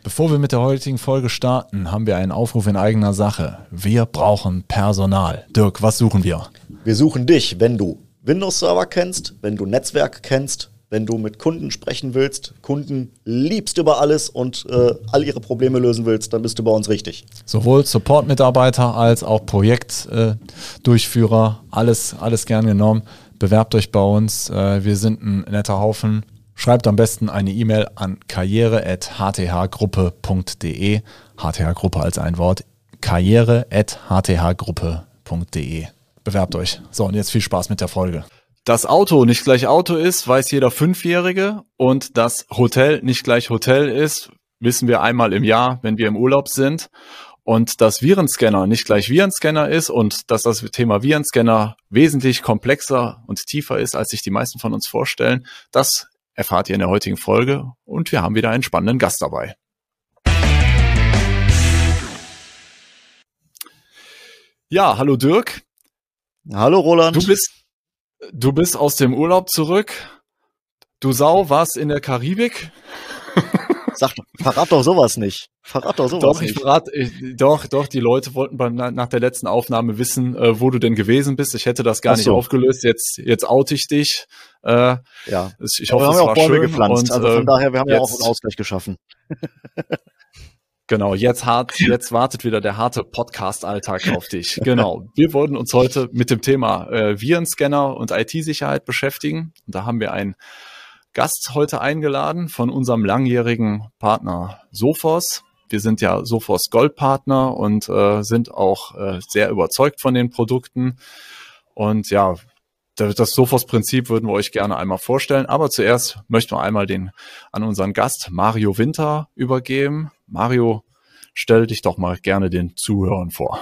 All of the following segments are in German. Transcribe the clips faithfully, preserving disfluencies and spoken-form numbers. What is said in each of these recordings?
Bevor wir mit der heutigen Folge starten, haben wir einen Aufruf in eigener Sache. Wir brauchen Personal. Dirk, was suchen wir? Wir suchen dich, wenn du Windows-Server kennst, wenn du Netzwerk kennst, wenn du mit Kunden sprechen willst, Kunden liebst über alles und äh, all ihre Probleme lösen willst, dann bist du bei uns richtig. Sowohl Support-Mitarbeiter als auch Projektdurchführer, äh, alles, alles gern genommen. Bewerbt euch bei uns, äh, wir sind ein netter Haufen. Schreibt am besten eine E-Mail an karriere at h t h gruppe punkt d e. H T H-Gruppe als ein Wort. karriere at h t h gruppe punkt d e. Bewerbt euch. So, und jetzt viel Spaß mit der Folge. Dass Auto nicht gleich Auto ist, weiß jeder Fünfjährige. Und dass Hotel nicht gleich Hotel ist, wissen wir einmal im Jahr, wenn wir im Urlaub sind. Und dass Virenscanner nicht gleich Virenscanner ist und dass das Thema Virenscanner wesentlich komplexer und tiefer ist, als sich die meisten von uns vorstellen, das erfahrt ihr in der heutigen Folge und wir haben wieder einen spannenden Gast dabei. Ja, hallo Dirk. Hallo Roland. Du bist, du bist aus dem Urlaub zurück. Du Sau, warst in der Karibik. Sag, verrat doch sowas nicht. Verrat doch sowas doch, nicht. Ich verrat, ich, doch, doch, die Leute wollten beim, nach der letzten Aufnahme wissen, äh, wo du denn gewesen bist. Ich hätte das gar Ach nicht so. aufgelöst. Jetzt, jetzt oute ich dich. Äh, ja. Ich hoffe, wir haben es ja auch war Bäume schön. gepflanzt. Und, also von äh, daher, wir haben jetzt, ja auch einen Ausgleich geschaffen. Genau, jetzt hart, jetzt wartet wieder der harte Podcast-Alltag auf dich. Genau. Wir wollten uns heute mit dem Thema äh, Virenscanner und I T-Sicherheit beschäftigen. Und da haben wir einen Gast heute eingeladen von unserem langjährigen Partner Sophos. Wir sind ja Sophos Goldpartner und äh, sind auch äh, sehr überzeugt von den Produkten. Und ja, das Sophos-Prinzip würden wir euch gerne einmal vorstellen. Aber zuerst möchten wir einmal den an unseren Gast Mario Winter übergeben. Mario, stell dich doch mal gerne den Zuhörern vor.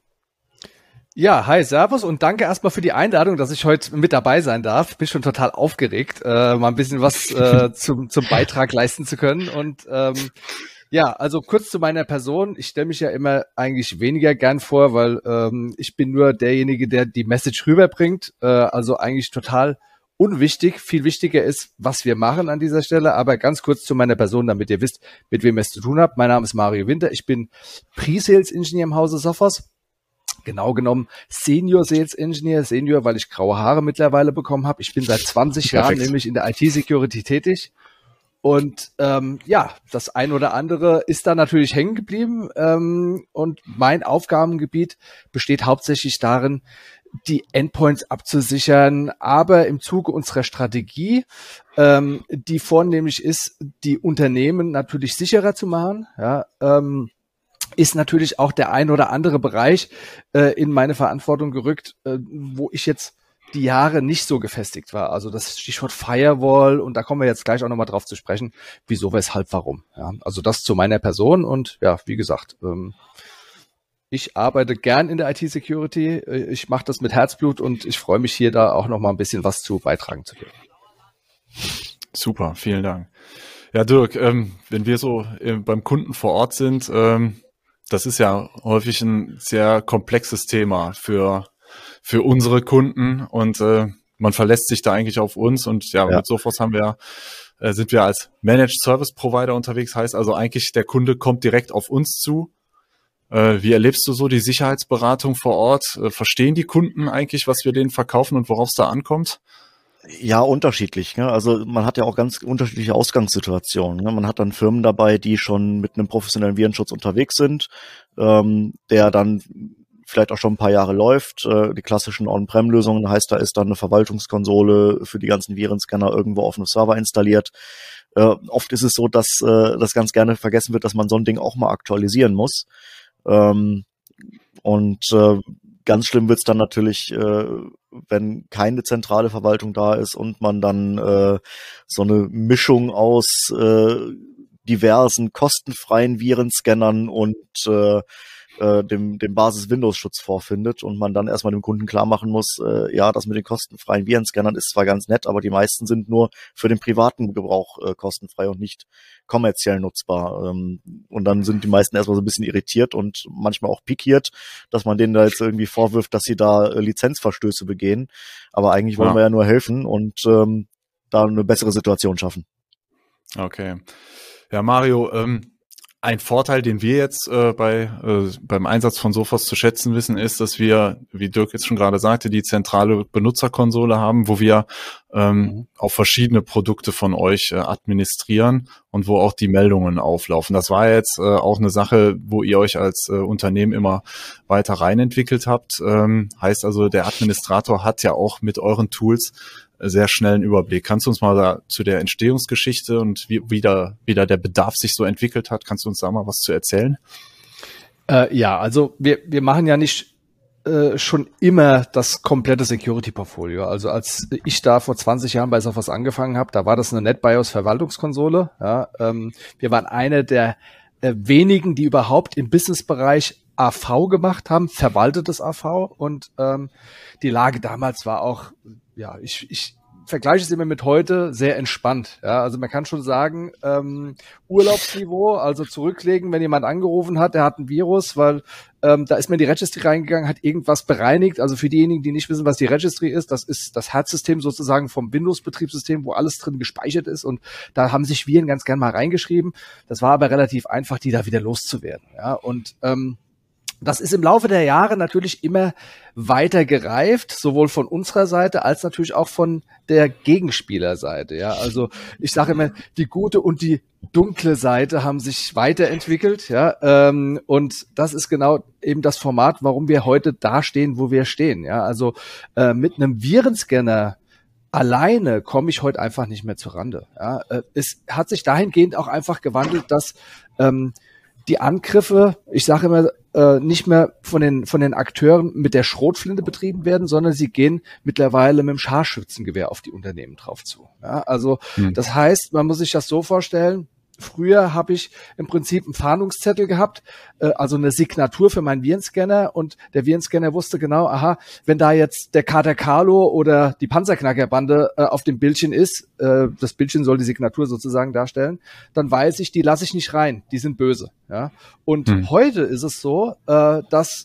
Ja, hi, servus und danke erstmal für die Einladung, dass ich heute mit dabei sein darf. Bin schon total aufgeregt, äh, mal ein bisschen was äh, zum, zum Beitrag leisten zu können. Und ähm, ja, also kurz zu meiner Person. Ich stelle mich ja immer eigentlich weniger gern vor, weil ähm, ich bin nur derjenige, der die Message rüberbringt. Äh, also eigentlich total unwichtig. Viel wichtiger ist, was wir machen an dieser Stelle. Aber ganz kurz zu meiner Person, damit ihr wisst, mit wem ihr es zu tun habt. Mein Name ist Mario Winter. Ich bin Pre-Sales-Ingenieur im Hause Sophos. Genau genommen Senior Sales Engineer, Senior, weil ich graue Haare mittlerweile bekommen habe. Ich bin seit zwanzig Jahren nämlich in der I T-Security tätig. Und ähm, ja, das ein oder andere ist da natürlich hängen geblieben. Ähm, und mein Aufgabengebiet besteht hauptsächlich darin, die Endpoints abzusichern, aber im Zuge unserer Strategie, ähm, die vornehmlich ist, die Unternehmen natürlich sicherer zu machen, ja, ähm, ist natürlich auch der ein oder andere Bereich äh, in meine Verantwortung gerückt, äh, wo ich jetzt die Jahre nicht so gefestigt war. Also das Stichwort Firewall, und da kommen wir jetzt gleich auch nochmal drauf zu sprechen, wieso, weshalb, warum. Ja, also das zu meiner Person und ja, wie gesagt, ähm, ich arbeite gern in der I T-Security, ich mache das mit Herzblut und ich freue mich hier da auch nochmal ein bisschen was zu beitragen zu können. Super, vielen Dank. Ja, Dirk, ähm, wenn wir so äh, beim Kunden vor Ort sind, ähm, das ist ja häufig ein sehr komplexes Thema für für unsere Kunden und äh, man verlässt sich da eigentlich auf uns und ja, ja. mit Sophos haben wir äh, sind wir als Managed Service Provider unterwegs, heißt also eigentlich der Kunde kommt direkt auf uns zu. Äh, wie erlebst du so die Sicherheitsberatung vor Ort? Äh, verstehen die Kunden eigentlich, was wir denen verkaufen und worauf es da ankommt? Ja, unterschiedlich. Ne? Also man hat ja auch ganz unterschiedliche Ausgangssituationen. Ne? Man hat dann Firmen dabei, die schon mit einem professionellen Virenschutz unterwegs sind, ähm, der dann vielleicht auch schon ein paar Jahre läuft. Äh, die klassischen On-Prem-Lösungen heißt, da ist dann eine Verwaltungskonsole für die ganzen Virenscanner irgendwo auf einem Server installiert. Äh, oft ist es so, dass äh, das ganz gerne vergessen wird, dass man so ein Ding auch mal aktualisieren muss. Ähm, und äh, ganz schlimm wird's dann natürlich, äh, wenn keine zentrale Verwaltung da ist und man dann äh, so eine Mischung aus äh, diversen kostenfreien Virenscannern und äh, äh, dem, dem Basis-Windows-Schutz vorfindet und man dann erstmal dem Kunden klar machen muss, äh, ja, das mit den kostenfreien Virenscannern ist zwar ganz nett, aber die meisten sind nur für den privaten Gebrauch äh, kostenfrei und nicht kommerziell nutzbar. Ähm, und dann sind die meisten erstmal so ein bisschen irritiert und manchmal auch pikiert, dass man denen da jetzt irgendwie vorwirft, dass sie da äh, Lizenzverstöße begehen. Aber eigentlich wollen Ja. wir ja nur helfen und ähm, da eine bessere Situation schaffen. Okay. Ja, Mario, ähm, Ein Vorteil, den wir jetzt äh, bei äh, beim Einsatz von Sophos zu schätzen wissen, ist, dass wir, wie Dirk jetzt schon gerade sagte, die zentrale Benutzerkonsole haben, wo wir ähm, mhm. auch verschiedene Produkte von euch äh, administrieren und wo auch die Meldungen auflaufen. Das war jetzt äh, auch eine Sache, wo ihr euch als äh, Unternehmen immer weiter reinentwickelt habt. Ähm, heißt also, der Administrator hat ja auch mit euren Tools sehr schnellen Überblick. Kannst du uns mal da zu der Entstehungsgeschichte und wie, wie, da, wie da der Bedarf sich so entwickelt hat, kannst du uns da mal was zu erzählen? Äh, ja, also wir, wir machen ja nicht äh, schon immer das komplette Security-Portfolio. Also als ich da vor zwanzig Jahren bei Sophos angefangen habe, da war das eine NetBIOS-Verwaltungskonsole. Ja, ähm, wir waren eine der äh, wenigen, die überhaupt im Businessbereich A V gemacht haben, verwaltetes A V. Und ähm, die Lage damals war auch, ja, ich, ich vergleiche es immer mit heute, sehr entspannt. Ja, also man kann schon sagen, ähm, Urlaubsniveau, also zurücklegen, wenn jemand angerufen hat, der hat ein Virus, weil ähm, da ist man in die Registry reingegangen, hat irgendwas bereinigt. Also für diejenigen, die nicht wissen, was die Registry ist, das ist das Herzsystem sozusagen vom Windows-Betriebssystem, wo alles drin gespeichert ist. Und da haben sich Viren ganz gern mal reingeschrieben. Das war aber relativ einfach, die da wieder loszuwerden. Ja, und ähm, das ist im Laufe der Jahre natürlich immer weiter gereift, sowohl von unserer Seite als natürlich auch von der Gegenspielerseite. Ja, also ich sage immer, die gute und die dunkle Seite haben sich weiterentwickelt. Ja, ähm, und das ist genau eben das Format, warum wir heute da stehen, wo wir stehen. Ja, also äh, mit einem Virenscanner alleine komme ich heute einfach nicht mehr zur Rande. Ja, äh, es hat sich dahingehend auch einfach gewandelt, dass ähm, die Angriffe, ich sage immer, äh, nicht mehr von den von den Akteuren mit der Schrotflinte betrieben werden, sondern sie gehen mittlerweile mit dem Scharfschützengewehr auf die Unternehmen drauf zu. Ja, also hm. das heißt, man muss sich das so vorstellen, früher habe ich im Prinzip einen Fahndungszettel gehabt, äh, also eine Signatur für meinen Virenscanner, und der Virenscanner wusste genau, aha, wenn da jetzt der Kater Carlo oder die Panzerknackerbande äh, auf dem Bildchen ist, äh, das Bildchen soll die Signatur sozusagen darstellen, dann weiß ich, die lasse ich nicht rein, die sind böse. Ja? Und hm. heute ist es so, äh, dass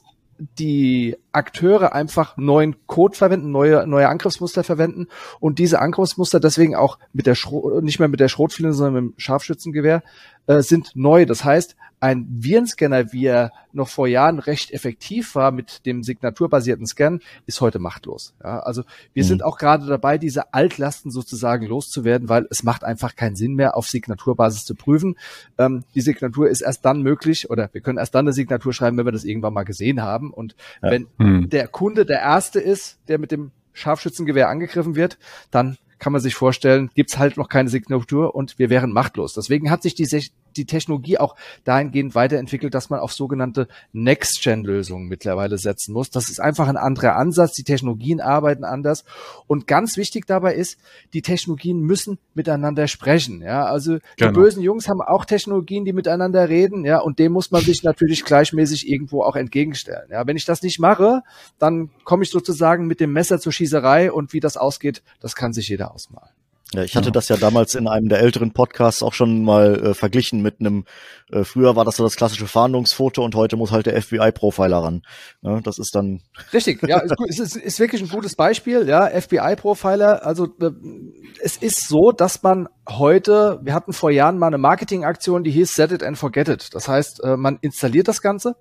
die Akteure einfach neuen Code verwenden, neue neue Angriffsmuster verwenden und diese Angriffsmuster deswegen auch mit der Schro- nicht mehr mit der Schrotflinte, sondern mit dem Scharfschützengewehr äh, sind neu. Das heißt, ein Virenscanner, wie er noch vor Jahren recht effektiv war mit dem signaturbasierten Scan, ist heute machtlos. Ja, also wir mhm. sind auch gerade dabei, diese Altlasten sozusagen loszuwerden, weil es macht einfach keinen Sinn mehr, auf Signaturbasis zu prüfen. Ähm, die Signatur ist erst dann möglich, oder wir können erst dann eine Signatur schreiben, wenn wir das irgendwann mal gesehen haben. Und ja. wenn mhm. der Kunde der Erste ist, der mit dem Scharfschützengewehr angegriffen wird, dann kann man sich vorstellen, gibt's halt noch keine Signatur und wir wären machtlos. Deswegen hat sich die, die Technologie auch dahingehend weiterentwickelt, dass man auf sogenannte Next-Gen-Lösungen mittlerweile setzen muss. Das ist einfach ein anderer Ansatz. Die Technologien arbeiten anders. Und ganz wichtig dabei ist, die Technologien müssen miteinander sprechen. Ja, also genau. Die bösen Jungs haben auch Technologien, die miteinander reden. Ja, und dem muss man sich natürlich gleichmäßig irgendwo auch entgegenstellen. Ja, wenn ich das nicht mache, dann komme ich sozusagen mit dem Messer zur Schießerei, und wie das ausgeht, das kann sich jeder ausmalen. Ja, ich hatte ja. das ja damals in einem der älteren Podcasts auch schon mal äh, verglichen mit einem, äh, früher war das so das klassische Fahndungsfoto und heute muss halt der F B I-Profiler ran. Ja, das ist dann... Richtig, ja, ist, gut. es ist, ist wirklich ein gutes Beispiel, ja, F B I-Profiler. Also äh, es ist so, dass man heute, wir hatten vor Jahren mal eine Marketingaktion, die hieß Set it and forget it. Das heißt, äh, man installiert das Ganze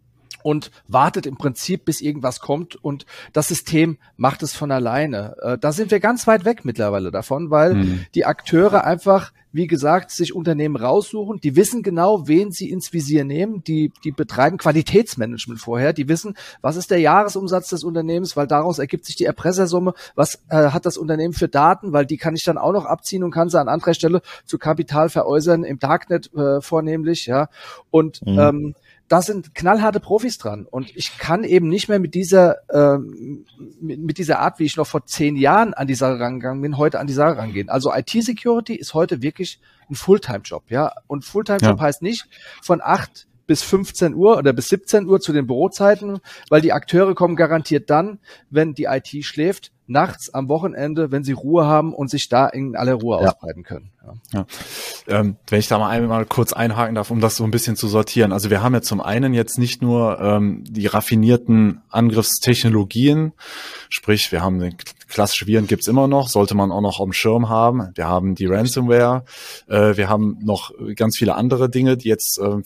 und wartet im Prinzip, bis irgendwas kommt, und das System macht es von alleine. Äh, da sind wir ganz weit weg mittlerweile davon, weil mhm. die Akteure einfach, wie gesagt, sich Unternehmen raussuchen. Die wissen genau, wen sie ins Visier nehmen. Die, die betreiben Qualitätsmanagement vorher. Die wissen, was ist der Jahresumsatz des Unternehmens, weil daraus ergibt sich die Erpressersumme. Was äh, hat das Unternehmen für Daten, weil die kann ich dann auch noch abziehen und kann sie an anderer Stelle zu Kapital veräußern, im Darknet äh, vornehmlich, ja. Und mhm. ähm, da sind knallharte Profis dran, und ich kann eben nicht mehr mit dieser ähm, mit, mit dieser Art, wie ich noch vor zehn Jahren an die Sache rangegangen bin, heute an die Sache rangehen. Also I T-Security ist heute wirklich ein Fulltime-Job, ja. Und Fulltime-Job ja. heißt nicht von acht bis fünfzehn Uhr oder bis siebzehn Uhr zu den Bürozeiten, weil die Akteure kommen garantiert dann, wenn die I T schläft, nachts am Wochenende, wenn sie Ruhe haben und sich da in aller Ruhe ja. ausbreiten können. Ja. Ja. Ähm, wenn ich da mal einmal kurz einhaken darf, um das so ein bisschen zu sortieren. Also wir haben ja zum einen jetzt nicht nur ähm, die raffinierten Angriffstechnologien, sprich wir haben den klassische Viren gibt's immer noch, sollte man auch noch auf dem Schirm haben. Wir haben die Ransomware, äh, wir haben noch ganz viele andere Dinge, die jetzt äh,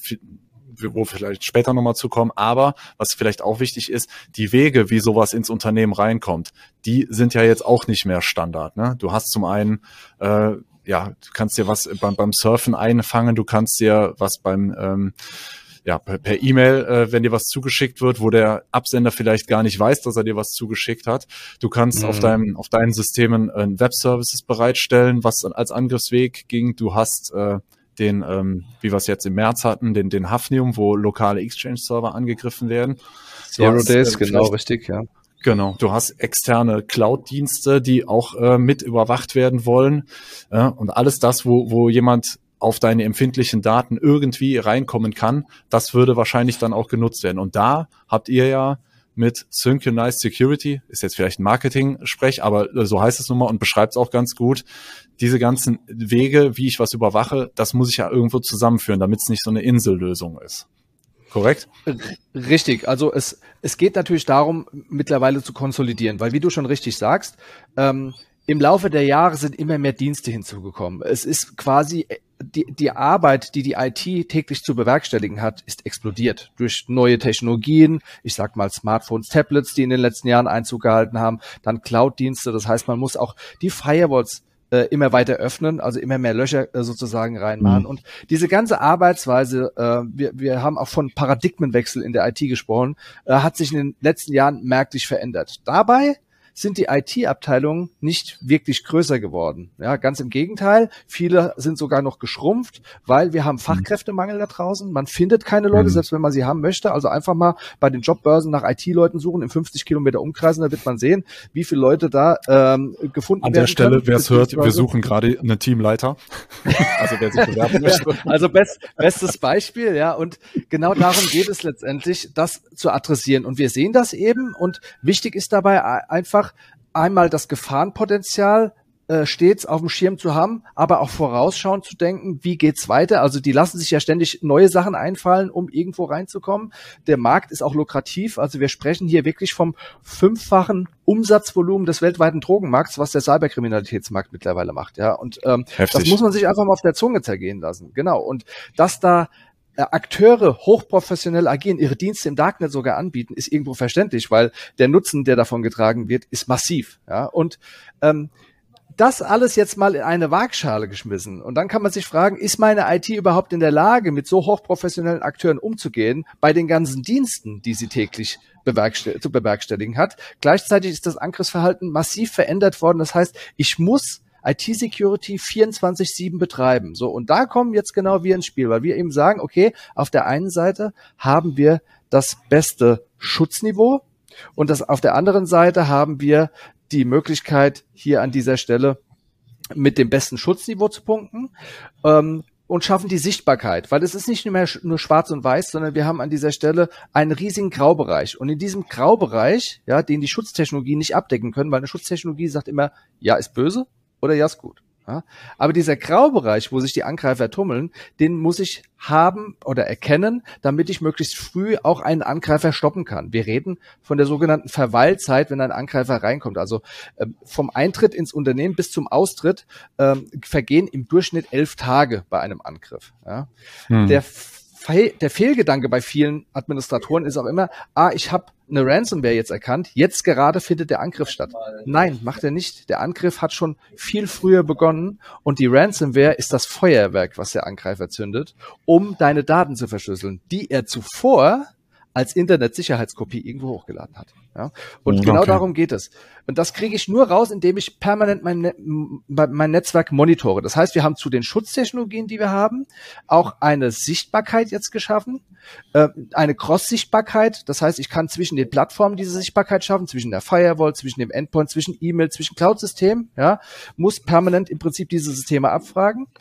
wo wir vielleicht später nochmal zukommen, aber was vielleicht auch wichtig ist, die Wege, wie sowas ins Unternehmen reinkommt, die sind ja jetzt auch nicht mehr Standard. Ne? Du hast zum einen, äh, ja, du kannst dir was beim, beim Surfen einfangen, du kannst dir was beim, ähm, ja, per, per E-Mail, äh, wenn dir was zugeschickt wird, wo der Absender vielleicht gar nicht weiß, dass er dir was zugeschickt hat. Du kannst mhm. auf deinem, auf deinen Systemen äh, Web-Services bereitstellen, was als Angriffsweg ging. Du hast äh, den, ähm, wie wir es jetzt im März hatten, den, den Hafnium, wo lokale Exchange-Server angegriffen werden. Zero Days, genau, richtig, ja. Genau, du hast externe Cloud-Dienste, die auch äh, mit überwacht werden wollen. Äh, und alles das, wo, wo jemand auf deine empfindlichen Daten irgendwie reinkommen kann, das würde wahrscheinlich dann auch genutzt werden. Und da habt ihr ja mit Synchronized Security, ist jetzt vielleicht ein Marketing-Sprech, aber so heißt es nun mal und beschreibt es auch ganz gut, diese ganzen Wege, wie ich was überwache, das muss ich ja irgendwo zusammenführen, damit es nicht so eine Insellösung ist. Korrekt? Richtig, also es, es geht natürlich darum, mittlerweile zu konsolidieren, weil wie du schon richtig sagst, ähm, im Laufe der Jahre sind immer mehr Dienste hinzugekommen. Es ist quasi die, die Arbeit, die die I T täglich zu bewerkstelligen hat, ist explodiert durch neue Technologien. Ich sag mal Smartphones, Tablets, die in den letzten Jahren Einzug gehalten haben, dann Cloud-Dienste. Das heißt, man muss auch die Firewalls äh, immer weiter öffnen, also immer mehr Löcher äh, sozusagen reinmachen. Mhm. Und diese ganze Arbeitsweise, äh, wir, wir haben auch von Paradigmenwechsel in der I T gesprochen, äh, hat sich in den letzten Jahren merklich verändert. Dabei sind die I T-Abteilungen nicht wirklich größer geworden. Ja, ganz im Gegenteil. Viele sind sogar noch geschrumpft, weil wir haben Fachkräftemangel da draußen. Man findet keine Leute, mhm. selbst wenn man sie haben möchte. Also einfach mal bei den Jobbörsen nach I T-Leuten suchen in fünfzig Kilometer Umkreisen, da wird man sehen, wie viele Leute da ähm, gefunden werden. An der Stelle, wer es hört, wir suchen gerade einen Teamleiter. Also wer sich bewerben möchte. Ja, also best, bestes Beispiel, ja. Und genau darum geht es letztendlich, das zu adressieren. Und wir sehen das eben. Und wichtig ist dabei einfach, einmal das Gefahrenpotenzial äh, stets auf dem Schirm zu haben, aber auch vorausschauend zu denken, wie geht's weiter? Also die lassen sich ja ständig neue Sachen einfallen, um irgendwo reinzukommen. Der Markt ist auch lukrativ. Also wir sprechen hier wirklich vom fünffachen Umsatzvolumen des weltweiten Drogenmarkts, was der Cyberkriminalitätsmarkt mittlerweile macht. Ja, und ähm, das muss man sich einfach mal auf der Zunge zergehen lassen. Genau. Und dass da Akteure hochprofessionell agieren, ihre Dienste im Darknet sogar anbieten, ist irgendwo verständlich, weil der Nutzen, der davon getragen wird, ist massiv. Ja, und ähm, das alles jetzt mal in eine Waagschale geschmissen. Und dann kann man sich fragen, ist meine I T überhaupt in der Lage, mit so hochprofessionellen Akteuren umzugehen, bei den ganzen Diensten, die sie täglich bewerkstell- zu bewerkstelligen hat? Gleichzeitig ist das Angriffsverhalten massiv verändert worden. Das heißt, ich muss I T-Security vierundzwanzig sieben betreiben. So, und da kommen jetzt genau wir ins Spiel, weil wir eben sagen, okay, auf der einen Seite haben wir das beste Schutzniveau und das auf der anderen Seite haben wir die Möglichkeit, hier an dieser Stelle mit dem besten Schutzniveau zu punkten. Ähm, und schaffen die Sichtbarkeit, weil es ist nicht mehr nur schwarz und weiß, sondern wir haben an dieser Stelle einen riesigen Graubereich. Und in diesem Graubereich, ja, den die Schutztechnologien nicht abdecken können, weil eine Schutztechnologie sagt immer, ja, ist böse, oder ja, ist gut. Ja? Aber dieser Graubereich, wo sich die Angreifer tummeln, den muss ich haben oder erkennen, damit ich möglichst früh auch einen Angreifer stoppen kann. Wir reden von der sogenannten Verweilzeit, wenn ein Angreifer reinkommt. Also äh, vom Eintritt ins Unternehmen bis zum Austritt äh, vergehen im Durchschnitt elf Tage bei einem Angriff. Ja? Hm. Der Der Fehlgedanke bei vielen Administratoren ist auch immer, ah, ich habe eine Ransomware jetzt erkannt, jetzt gerade findet der Angriff statt. Nein, macht er nicht. Der Angriff hat schon viel früher begonnen und die Ransomware ist das Feuerwerk, was der Angreifer zündet, um deine Daten zu verschlüsseln, die er zuvor als Internetsicherheitskopie irgendwo hochgeladen hat. Ja? Und okay. genau darum geht es. Und das kriege ich nur raus, indem ich permanent mein, Ne- mein Netzwerk monitore. Das heißt, wir haben zu den Schutztechnologien, die wir haben, auch eine Sichtbarkeit jetzt geschaffen, äh, eine Cross-Sichtbarkeit. Das heißt, ich kann zwischen den Plattformen diese Sichtbarkeit schaffen, zwischen der Firewall, zwischen dem Endpoint, zwischen E-Mail, zwischen Cloud-Systemen, ja, muss permanent im Prinzip diese Systeme abfragen.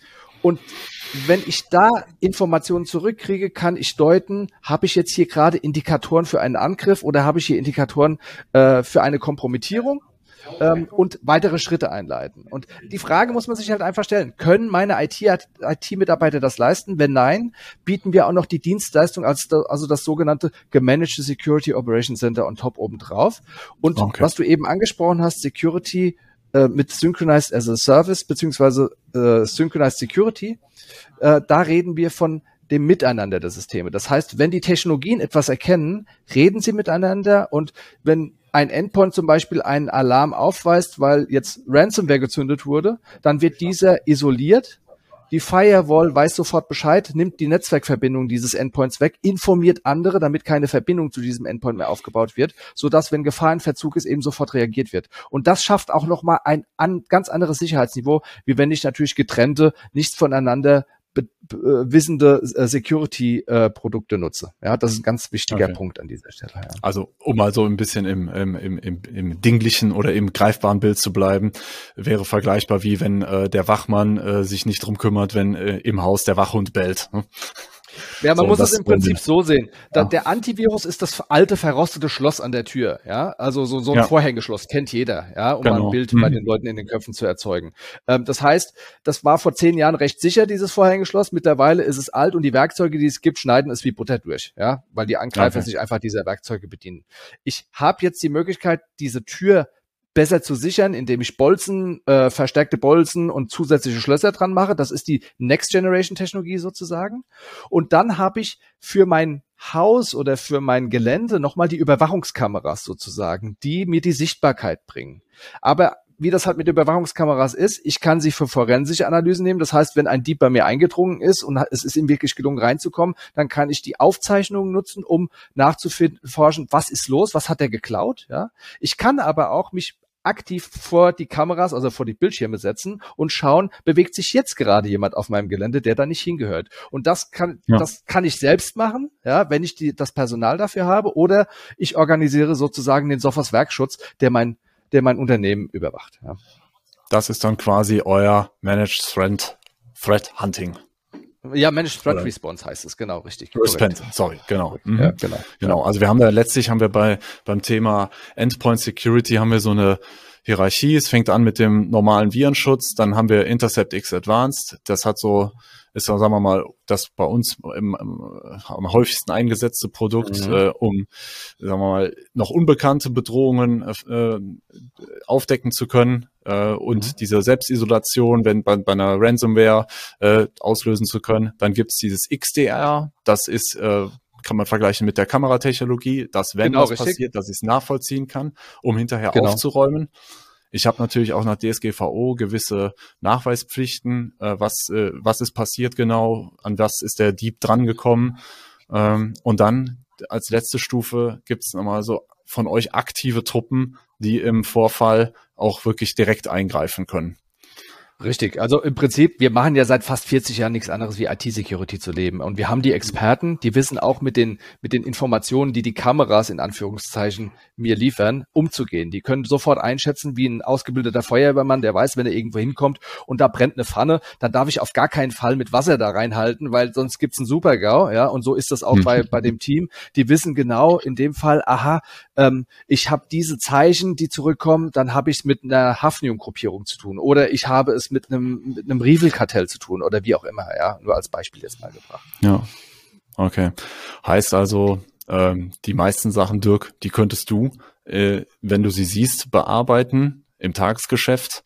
Und wenn ich da Informationen zurückkriege, kann ich deuten, habe ich jetzt hier gerade Indikatoren für einen Angriff oder habe ich hier Indikatoren äh, für eine Kompromittierung? Ähm, und weitere Schritte einleiten. Und die Frage muss man sich halt einfach stellen, können meine I T-Mitarbeiter das leisten? Wenn nein, bieten wir auch noch die Dienstleistung, als da, also das sogenannte Gemanagte Security Operations Center on top obendrauf. Und okay. was du eben angesprochen hast, Security äh, mit Synchronized as a Service beziehungsweise äh, Synchronized Security, äh, da reden wir von dem Miteinander der Systeme. Das heißt, wenn die Technologien etwas erkennen, reden sie miteinander, und wenn ein Endpoint zum Beispiel einen Alarm aufweist, weil jetzt Ransomware gezündet wurde, dann wird dieser isoliert. Die Firewall weiß sofort Bescheid, nimmt die Netzwerkverbindung dieses Endpoints weg, informiert andere, damit keine Verbindung zu diesem Endpoint mehr aufgebaut wird, sodass, wenn Gefahr in Verzug ist, eben sofort reagiert wird. Und das schafft auch nochmal ein an, ganz anderes Sicherheitsniveau, wie wenn ich natürlich getrennte, nichts voneinander Be- be- wissende äh, Security-Produkte äh, nutze. Ja, das ist ein ganz wichtiger okay. Punkt an dieser Stelle. Ja. Also, um mal so ein bisschen im, im, im, im, im dinglichen oder im greifbaren Bild zu bleiben, wäre vergleichbar wie wenn äh, der Wachmann äh, sich nicht drum kümmert, wenn äh, im Haus der Wachhund bellt. Hm? Ja, man so, muss es im Prinzip so sehen. Da, ja. Der Antivirus ist das alte, verrostete Schloss an der Tür. Ja, also so, so ein ja. Vorhängeschloss kennt jeder, ja, um genau. mal ein Bild mhm. bei den Leuten in den Köpfen zu erzeugen. Ähm, das heißt, das war vor zehn Jahren recht sicher, dieses Vorhängeschloss. Mittlerweile ist es alt und die Werkzeuge, die es gibt, schneiden es wie Butter durch, ja, weil die Angreifer okay. sich einfach dieser Werkzeuge bedienen. Ich habe jetzt die Möglichkeit, diese Tür besser zu sichern, indem ich Bolzen, äh, verstärkte Bolzen und zusätzliche Schlösser dran mache. Das ist die Next-Generation-Technologie sozusagen. Und dann habe ich für mein Haus oder für mein Gelände nochmal die Überwachungskameras sozusagen, die mir die Sichtbarkeit bringen. Aber wie das halt mit Überwachungskameras ist, ich kann sie für forensische Analysen nehmen. Das heißt, wenn ein Dieb bei mir eingedrungen ist und es ist ihm wirklich gelungen reinzukommen, dann kann ich die Aufzeichnungen nutzen, um nachzuforschen, was ist los, was hat er geklaut. Ja, ich kann aber auch mich aktiv vor die Kameras, also vor die Bildschirme setzen und schauen, bewegt sich jetzt gerade jemand auf meinem Gelände, der da nicht hingehört. Und das kann, ja. das kann ich selbst machen, ja, wenn ich die, das Personal dafür habe, oder ich organisiere sozusagen den Sophos Werkschutz, der mein, der mein Unternehmen überwacht. Ja. Das ist dann quasi euer Managed Threat, Threat Hunting. Ja, Managed Threat Oder Response heißt es, genau, richtig. Response, sorry, genau. Mhm. Ja, genau. Genau, also wir haben da letztlich haben wir bei beim Thema Endpoint Security haben wir so eine Hierarchie. Es fängt an mit dem normalen Virenschutz, dann haben wir Intercept X Advanced. Das hat so, ist sagen wir mal, das bei uns im, im, am häufigsten eingesetzte Produkt, mhm. äh, um, sagen wir mal, noch unbekannte Bedrohungen äh, aufdecken zu können. Äh, und mhm. diese Selbstisolation, wenn bei, bei einer Ransomware äh, auslösen zu können. Dann gibt's dieses X D R, das ist, äh, kann man vergleichen mit der Kameratechnologie, dass wenn genau, was richtig. passiert, dass ich es nachvollziehen kann, um hinterher genau. aufzuräumen. Ich habe natürlich auch nach D S G V O gewisse Nachweispflichten, äh, was äh, was ist passiert genau, an was ist der Dieb drangekommen. Ähm, und dann als letzte Stufe gibt's nochmal so von euch aktive Truppen, die im Vorfall auch wirklich direkt eingreifen können. Richtig, also im Prinzip, wir machen ja seit fast vierzig Jahren nichts anderes wie I T-Security zu leben. Und wir haben die Experten, die wissen auch mit den mit den Informationen, die die Kameras in Anführungszeichen mir liefern, umzugehen. Die können sofort einschätzen, wie ein ausgebildeter Feuerwehrmann, der weiß, wenn er irgendwo hinkommt und da brennt eine Pfanne, dann darf ich auf gar keinen Fall mit Wasser da reinhalten, weil sonst gibt's einen Super-GAU. Ja, und so ist das auch bei bei dem Team. Die wissen genau in dem Fall, aha, ähm, ich habe diese Zeichen, die zurückkommen, dann habe ich es mit einer Hafnium-Gruppierung zu tun. Oder ich habe es mit einem mit einem Rival-Kartell zu tun oder wie auch immer, ja, nur als Beispiel jetzt mal gebracht. Ja, okay. Heißt also, ähm, die meisten Sachen, Dirk, die könntest du, äh, wenn du sie siehst, bearbeiten im Tagesgeschäft,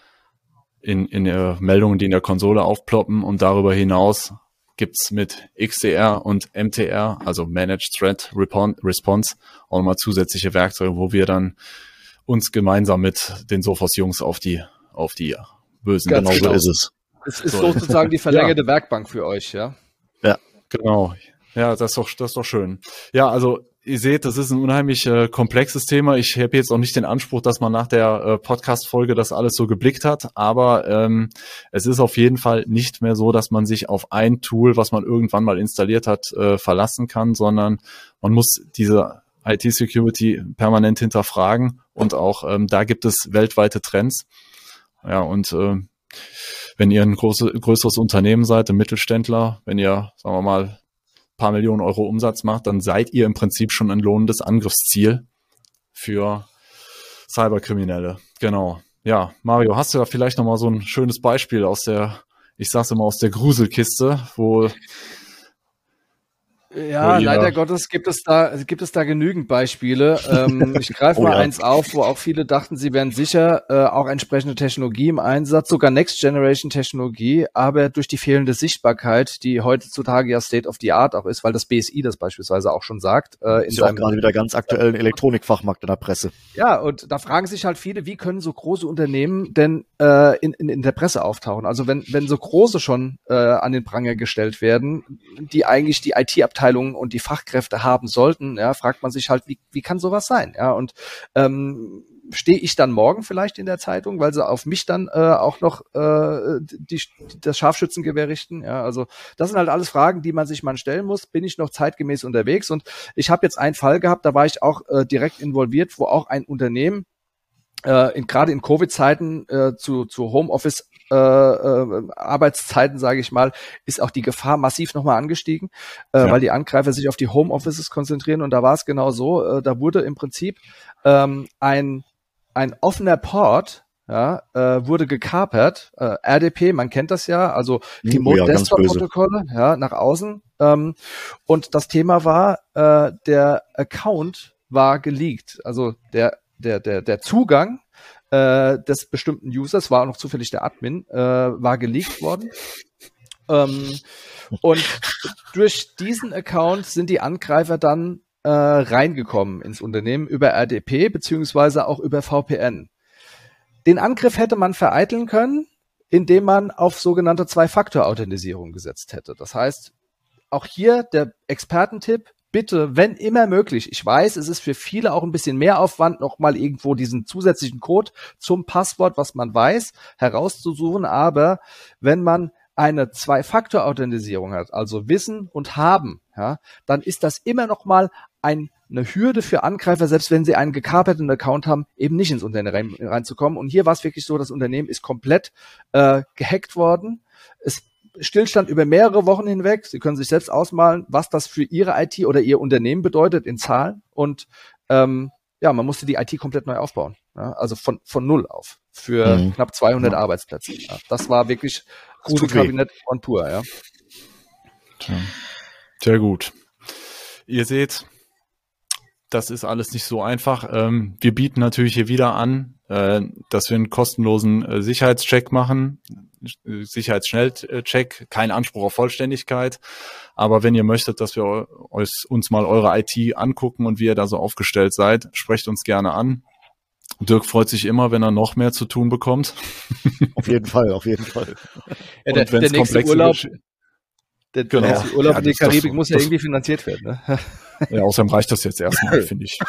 in, in äh, Meldungen, die in der Konsole aufploppen, und darüber hinaus gibt's mit X D R und M T R, also Managed Threat Response, auch nochmal zusätzliche Werkzeuge, wo wir dann uns gemeinsam mit den Sophos-Jungs auf die auf die bösen. Ganz genau genau. So ist es. Es ist so. sozusagen die verlängerte ja. Werkbank für euch, ja? Ja, genau. Ja, das ist doch, das ist doch schön. Ja, also ihr seht, das ist ein unheimlich äh, komplexes Thema. Ich habe jetzt auch nicht den Anspruch, dass man nach der äh, Podcast-Folge das alles so geblickt hat, aber ähm, es ist auf jeden Fall nicht mehr so, dass man sich auf ein Tool, was man irgendwann mal installiert hat, äh, verlassen kann, sondern man muss diese I T-Security permanent hinterfragen, und auch ähm, da gibt es weltweite Trends. Ja, und äh, wenn ihr ein große, größeres Unternehmen seid, ein Mittelständler, wenn ihr, sagen wir mal, ein paar Millionen Euro Umsatz macht, dann seid ihr im Prinzip schon ein lohnendes Angriffsziel für Cyberkriminelle. Genau. Ja, Mario, hast du da vielleicht nochmal so ein schönes Beispiel aus der, ich sag's immer, aus der Gruselkiste, wo Ja, Wo ihr- leider Gottes gibt es da, gibt es da genügend Beispiele. Ähm, ich greife Oh mal ja. eins auf, wo auch viele dachten, sie wären sicher, äh, auch entsprechende Technologie im Einsatz, sogar Next Generation Technologie, aber durch die fehlende Sichtbarkeit, die heutzutage ja State of the Art auch ist, weil das B S I das beispielsweise auch schon sagt, äh, in Ist ja auch seinem gerade wieder ganz aktuell ein Elektronikfachmarkt in der Presse. Ja, und da fragen sich halt viele, wie können so große Unternehmen denn äh, in, in, in der Presse auftauchen? Also wenn, wenn so große schon äh, an den Pranger gestellt werden, die eigentlich die I T-Abteilung und die Fachkräfte haben sollten, ja, fragt man sich halt, wie, wie kann sowas sein? Ja, und ähm, stehe ich dann morgen vielleicht in der Zeitung, weil sie auf mich dann äh, auch noch äh, die, das Scharfschützengewehr richten? Ja, also das sind halt alles Fragen, die man sich mal stellen muss. Bin ich noch zeitgemäß unterwegs? Und ich habe jetzt einen Fall gehabt, da war ich auch äh, direkt involviert, wo auch ein Unternehmen äh, in, gerade in Covid-Zeiten äh, zu, zu Homeoffice äh, äh, Arbeitszeiten, sage ich mal, ist auch die Gefahr massiv nochmal angestiegen, äh, Ja. weil die Angreifer sich auf die Homeoffices konzentrieren. Und da war es genau so, äh, da wurde im Prinzip ähm, ein ein offener Port, ja, äh, wurde gekapert, äh, R D P, man kennt das ja, also Remote ja, ganz Desktop Protokolle, ja, nach außen. Ähm, und das Thema war, äh, der Account war geleakt, also der der der der Zugang äh, des bestimmten Users, war auch noch zufällig der Admin, äh, war geleakt worden. Ähm, und durch diesen Account sind die Angreifer dann äh, reingekommen ins Unternehmen über R D P beziehungsweise auch über V P N. Den Angriff hätte man vereiteln können, indem man auf sogenannte Zwei-Faktor-Authentisierung gesetzt hätte. Das heißt, auch hier der Expertentipp, bitte, wenn immer möglich, ich weiß, es ist für viele auch ein bisschen mehr Aufwand, nochmal irgendwo diesen zusätzlichen Code zum Passwort, was man weiß, herauszusuchen, aber wenn man eine Zwei-Faktor-Authentisierung hat, also Wissen und Haben, ja, dann ist das immer noch mal ein, eine Hürde für Angreifer, selbst wenn sie einen gekaperten Account haben, eben nicht ins Unternehmen rein, reinzukommen. Und hier war es wirklich so, das Unternehmen ist komplett äh, gehackt worden. Es Stillstand über mehrere Wochen hinweg. Sie können sich selbst ausmalen, was das für Ihre I T oder Ihr Unternehmen bedeutet in Zahlen. Und ähm, ja, man musste die I T komplett neu aufbauen. Ja, also von von null auf für Mhm. knapp zweihundert Ja. Arbeitsplätze. Ja, das war wirklich Das tut Gruselkabinett on pur, ja. Tja. Sehr gut. Ihr seht, das ist alles nicht so einfach. Ähm, wir bieten natürlich hier wieder an, äh, dass wir einen kostenlosen äh, Sicherheitscheck machen. Äh, Sicherheitsschnellcheck, kein Anspruch auf Vollständigkeit. Aber wenn ihr möchtet, dass wir eu- euch, uns mal eure I T angucken und wie ihr da so aufgestellt seid, sprecht uns gerne an. Dirk freut sich immer, wenn er noch mehr zu tun bekommt. Auf jeden Fall, auf jeden Fall. Ja, der, Und wenn's der nächste komplexe Urlaub, Gesch- der, Genau. der nächste Urlaub Ja, in die das ist doch Karibik so. muss ja Das- irgendwie finanziert werden. Ne? Ja, außerdem reicht das jetzt erstmal, finde ich.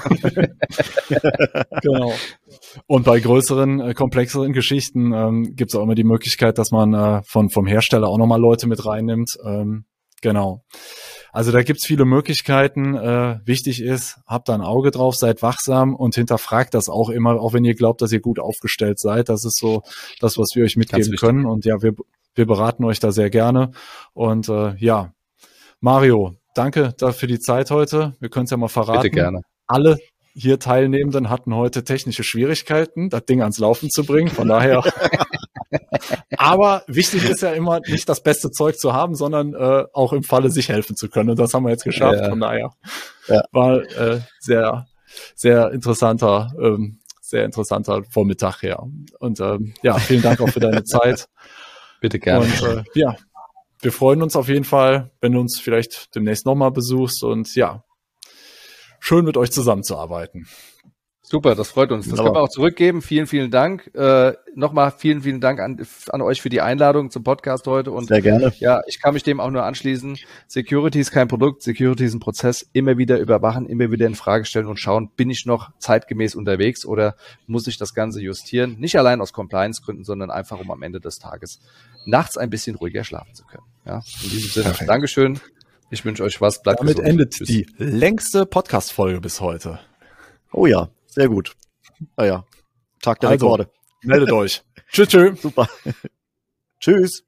Genau. Und bei größeren, äh, komplexeren Geschichten ähm, gibt es auch immer die Möglichkeit, dass man äh, von vom Hersteller auch nochmal Leute mit reinnimmt. Ähm, genau. Also da gibt's viele Möglichkeiten. Äh, wichtig ist, habt da ein Auge drauf, seid wachsam und hinterfragt das auch immer, auch wenn ihr glaubt, dass ihr gut aufgestellt seid. Das ist so das, was wir euch mitgeben wichtig. können. Und ja, wir, wir beraten euch da sehr gerne. Und äh, ja, Mario, danke da für die Zeit heute. Wir können es ja mal verraten. Bitte gerne. Alle hier Teilnehmenden hatten heute technische Schwierigkeiten, das Ding ans Laufen zu bringen. Von daher. Aber wichtig ist ja immer, nicht das beste Zeug zu haben, sondern äh, auch im Falle sich helfen zu können. Und das haben wir jetzt geschafft. Ja. Von daher Ja. war äh, sehr, sehr interessanter, ähm, sehr interessanter Vormittag her. Und ähm, ja, vielen Dank auch für deine Zeit. Bitte gerne. Und äh, ja, wir freuen uns auf jeden Fall, wenn du uns vielleicht demnächst nochmal besuchst. Und ja, schön mit euch zusammenzuarbeiten. Super, das freut uns. Das Wunderbar. können wir auch zurückgeben. Vielen, vielen Dank. Äh, Nochmal vielen, vielen Dank an, an euch für die Einladung zum Podcast heute. Und Sehr gerne. ja, ich kann mich dem auch nur anschließen. Security ist kein Produkt, Security ist ein Prozess. Immer wieder überwachen, immer wieder in Frage stellen und schauen, bin ich noch zeitgemäß unterwegs oder muss ich das Ganze justieren? Nicht allein aus Compliance-Gründen, sondern einfach, um am Ende des Tages nachts ein bisschen ruhiger schlafen zu können. Ja, in diesem Sinne, Perfekt. Dankeschön. Ich wünsche euch was. Bleibt Damit gesund. endet Tschüss. die längste Podcast-Folge bis heute. Oh ja, sehr gut. Naja, Tag der Also. Rekorde. Meldet euch. Tschüss, tschüss. Super. Tschüss.